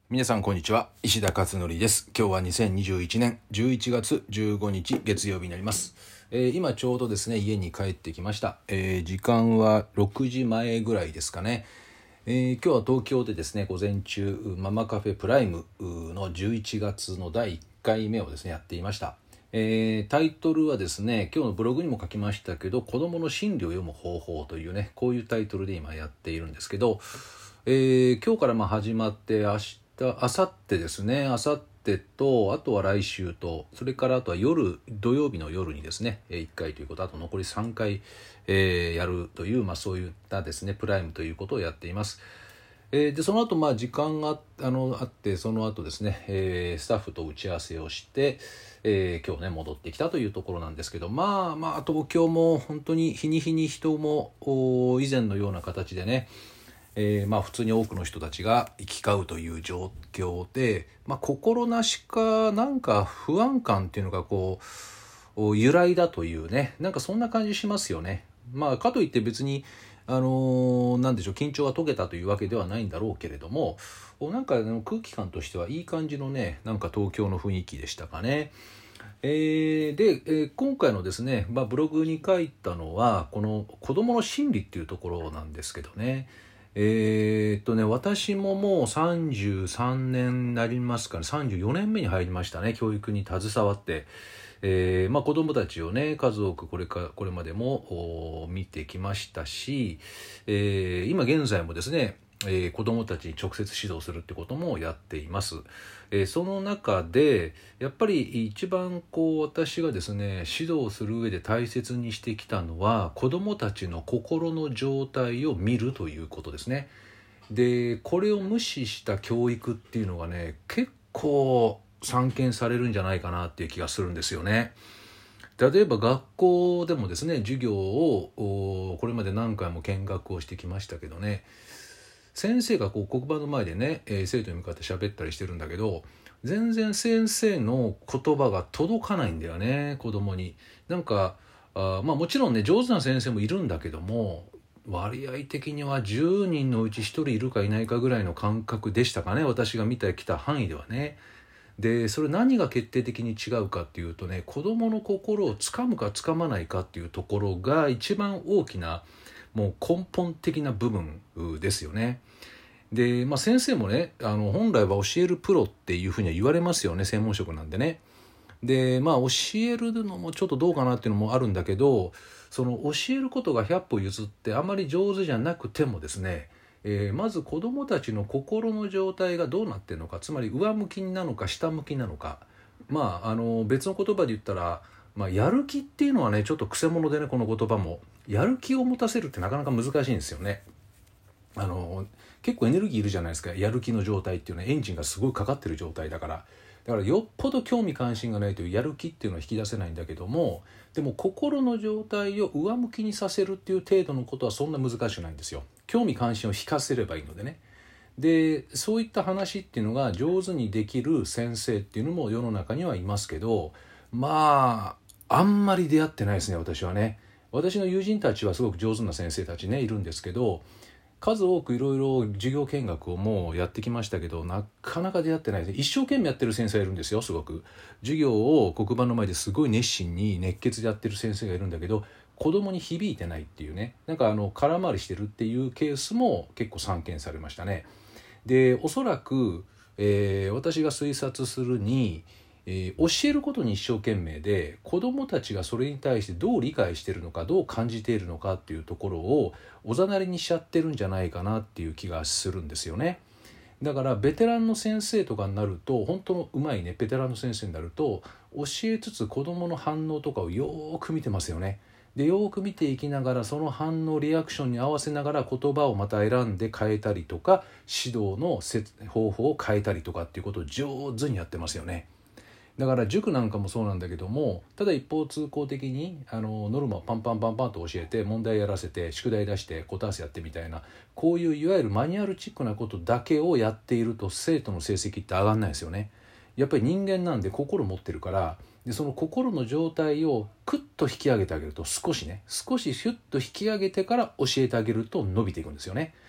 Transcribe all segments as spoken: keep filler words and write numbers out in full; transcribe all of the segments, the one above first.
皆さんこんにちは、石田勝則です。今日はにせんにじゅういちねんじゅういちがつじゅうごにち月曜日になります。えー、今ちょうどですね家に帰ってきました。えー、時間はろくじまえぐらいですかね。えー、今日は東京でですね午前中ママカフェプライムのじゅういちがつのだいいっかいめをですねやっていました。えー、タイトルはですね今日のブログにも書きましたけど、子どもの心理を読む方法というね、こういうタイトルで今やっているんですけど、えー、今日からまあ始まって明日明後日ですね、明後日とあとは来週と、それからあとは夜土曜日の夜にですねいっかいということ、あと残りさんかい、えー、やるという、まあ、そういったですねプライムということをやっています。えー、でその後まあ時間が あのあってその後ですね、えー、スタッフと打ち合わせをして、えー、今日ね戻ってきたというところなんですけど、まあまあ東京も本当に日に日に人も以前のような形でね、えー、まあ普通に多くの人たちが行き交うという状況で、まあ、心なしかなんか不安感っていうのがこう揺らいだというね、なんかそんな感じしますよね。まあかといって別にあのー、なんでしょう緊張が解けたというわけではないんだろうけれども、なんか空気感としてはいい感じのね、なんか東京の雰囲気でしたかね。えー、で、えー、今回のですね、まあ、ブログに書いたのはこの子どもの心理っていうところなんですけどね。えー、っとね私ももうさんじゅうさんねんになりますから、さんじゅうよねんめに入りましたね、教育に携わって。えーまあ、子どもたちをね数多くこれかこれまでも見てきましたし、えー、今現在もですね、えー、子どもたちに直接指導するってこともやっています。えー、その中でやっぱり一番こう私がですね指導する上で大切にしてきたのは、子どもたちの心の状態を見るということですね。でこれを無視した教育っていうのがね結構散見されるんじゃないかなっていう気がするんですよね。例えば学校でもですね授業をこれまで何回も見学をしてきましたけどね、先生がこう黒板の前でね、えー、生徒に向かって喋ったりしてるんだけど、全然先生の言葉が届かないんだよね、子供に。なんかあまあもちろんね上手な先生もいるんだけども、割合的にはじゅうにんのうちひとりいるかいないかぐらいの感覚でしたかね、私が見てきた範囲ではね。でそれ何が決定的に違うかっていうとね、子どもの心をつかむかつかまないかっていうところが一番大きなもう根本的な部分ですよね。で、まあ、先生もねあの本来は教えるプロっていうふうには言われますよね、専門職なんでね。でまあ教えるのもちょっとどうかなっていうのもあるんだけど、その教えることがひゃっぽ譲ってあまり上手じゃなくてもですね、えー、まず子どもたちの心の状態がどうなっているのか、つまり上向きなのか下向きなのか、まああの別の言葉で言ったら、まあ、やる気っていうのはねちょっとくせ者でね、この言葉もやる気を持たせるってなかなか難しいんですよね。あの結構エネルギーいるじゃないですか、やる気の状態っていうのはエンジンがすごいかかってる状態だから。だからよっぽど興味関心がないとやる気っていうのは引き出せないんだけども、でも心の状態を上向きにさせるっていう程度のことはそんな難しくないんですよ。興味関心を引かせればいいのでね。でそういった話っていうのが上手にできる先生っていうのも世の中にはいますけど、まああんまり出会ってないですね、私はね。私の友人たちはすごく上手な先生たちねいるんですけど、数多くいろいろ授業見学をもうやってきましたけど、なかなか出会ってないです。一生懸命やってる先生がいるんですよ。すごく授業を黒板の前ですごい熱心に熱血でやってる先生がいるんだけど、子供に響いてないっていうね、なんかあの空回りしてるっていうケースも結構散見されましたね。でおそらく、えー、私が推察するに、えー、教えることに一生懸命で、子どもたちがそれに対してどう理解しているのかどう感じているのかっていうところをおざなりにしちゃってるんじゃないかなっていう気がするんですよね。だからベテランの先生とかになると、本当のうまいねベテランの先生になると教えつつ子どもの反応とかをよーく見てますよね。でよーく見ていきながら、その反応リアクションに合わせながら言葉をまた選んで変えたりとか、指導の方法を変えたりとかっていうことを上手にやってますよね。だから塾なんかもそうなんだけども、ただ一方通行的にあのノルマをパンパンパンパンと教えて、問題やらせて宿題出して答え合わせやってみたいな、こういういわゆるマニュアルチックなことだけをやっていると生徒の成績って上がんないですよね。やっぱり人間なんで心持ってるから、でその心の状態をクッと引き上げてあげると、少しね少しヒュッと引き上げてから教えてあげると伸びていくんですよね。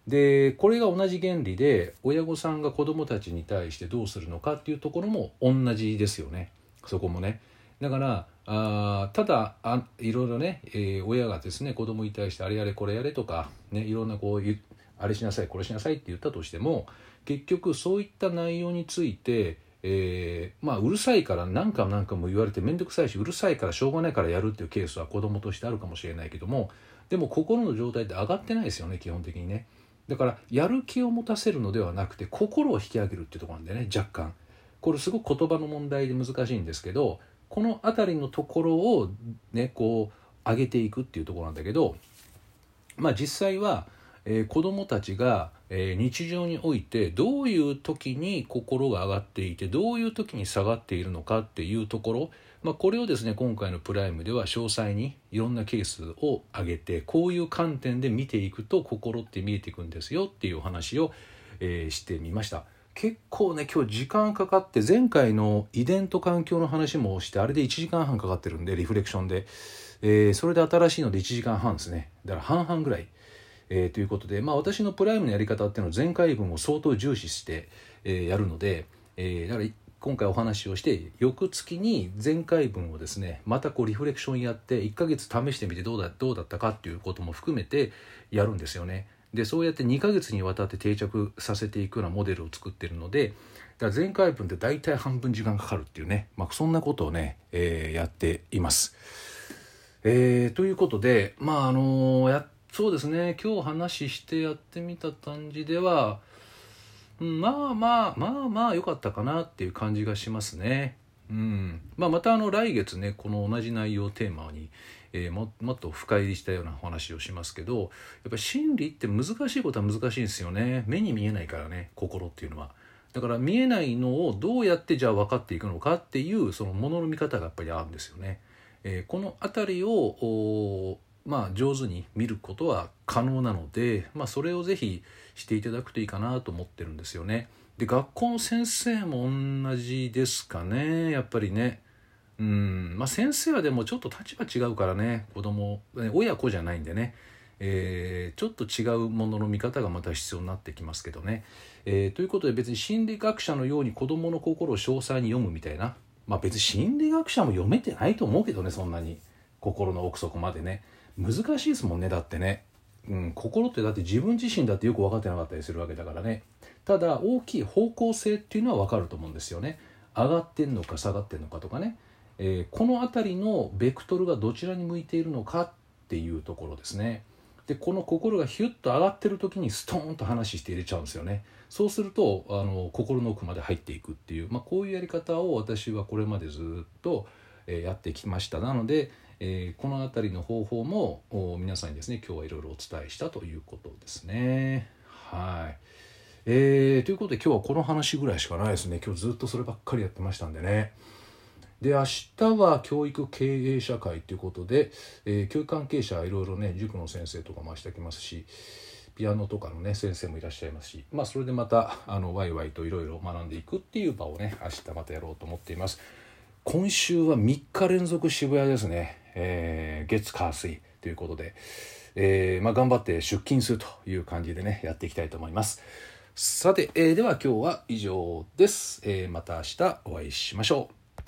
でこれが同じ原理で親御さんが子どもたちに対してどうするのかっていうところも同じですよね。そこもね。だからあただあいろいろね、えー、親がですね子どもに対してあれやれこれやれとか、ね、いろんなこうあれしなさいこれしなさいって言ったとしても結局そういった内容について、えーまあ、うるさいから何回も何回も言われて面倒くさいしうるさいからしょうがないからやるっていうケースは子どもとしてあるかもしれないけどもでも心の状態って上がってないですよね基本的にね。だからやる気を持たせるのではなくて心を引き上げるっていうところなんでね若干これすごく言葉の問題で難しいんですけどこの辺りのところをねこう上げていくっていうところなんだけどまあ実際は、えー、子どもたちが、えー、日常においてどういう時に心が上がっていてどういう時に下がっているのかっていうところ、まあ、これをですね今回のプライムでは詳細にいろんなケースを挙げてこういう観点で見ていくと心って見えていくんですよっていうお話を、えー、してみました。結構ね今日時間かかって前回の遺伝と環境の話もしてあれでいちじかんはんかかってるんでリフレクションで、えー、それで新しいのでいちじかんはんですね。だから半々ぐらい、えー、ということで、まあ、私のプライムのやり方っていうのは前回分を相当重視して、えー、やるので、えー、だから今回お話をして翌月に前回分をですねまたこうリフレクションやっていっかげつ試してみてどうだ、どうだったかっていうことも含めてやるんですよね。でそうやってにかげつにわたって定着させていくようなモデルを作ってるのでだから前回分って大体半分時間かかるっていうね、まあ、そんなことをね、えー、やっています。えー、ということでまああのー、やそうですね今日話してやってみた感じでは、うん、まあまあまあまあ良かったかなっていう感じがしますね。うんまあ、またあの来月ねこの同じ内容をテーマに、えー、も, もっと深入りしたようなお話をしますけどやっぱり心理って難しいことは難しいんですよね。目に見えないからね心っていうのは。だから見えないのをどうやってじゃあ分かっていくのかっていうそのものの見方がやっぱりあるんですよね。えー、この辺りをまあ上手に見ることは可能なので、まあ、それをぜひしていただくといいかなと思ってるんですよね。で学校の先生も同じですかねやっぱりね。うんまあ先生はでもちょっと立場違うからね子供親子じゃないんでね、えー、ちょっと違うものの見方がまた必要になってきますけどね、えー、ということで別に心理学者のように子供の心を詳細に読むみたいなまあ別に心理学者も読めてないと思うけどねそんなに心の奥底までね難しいですもんねだってね、うん、心ってだって自分自身だってよく分かってなかったりするわけだからね。ただ大きい方向性っていうのは分かると思うんですよね。上がってんのか下がってんのかとかね、えー、この辺りのベクトルがどちらに向いているのかっていうところですね。でこの心がヒュッと上がってる時にストーンと話して入れちゃうんですよね。そうするとあの心の奥まで入っていくっていう、まあ、こういうやり方を私はこれまでずっと、えー、やってきました。なので、えー、この辺りの方法も皆さんにですね今日はいろいろお伝えしたということですね。はい、えー、ということで今日はこの話ぐらいしかないですね。今日ずっとそればっかりやってましたんでね。で明日は教育経営者会ということで、えー、教育関係者いろいろね塾の先生とかも明日来ますしピアノとかのね先生もいらっしゃいますし、まあそれでまたあのワイワイといろいろ学んでいくっていう場をね明日またやろうと思っています。今週はみっか連続渋谷ですね、えー、月火水ということで、えーまあ、頑張って出勤するという感じでねやっていきたいと思います。さて、えー、では今日は以上です、えー、また明日お会いしましょう。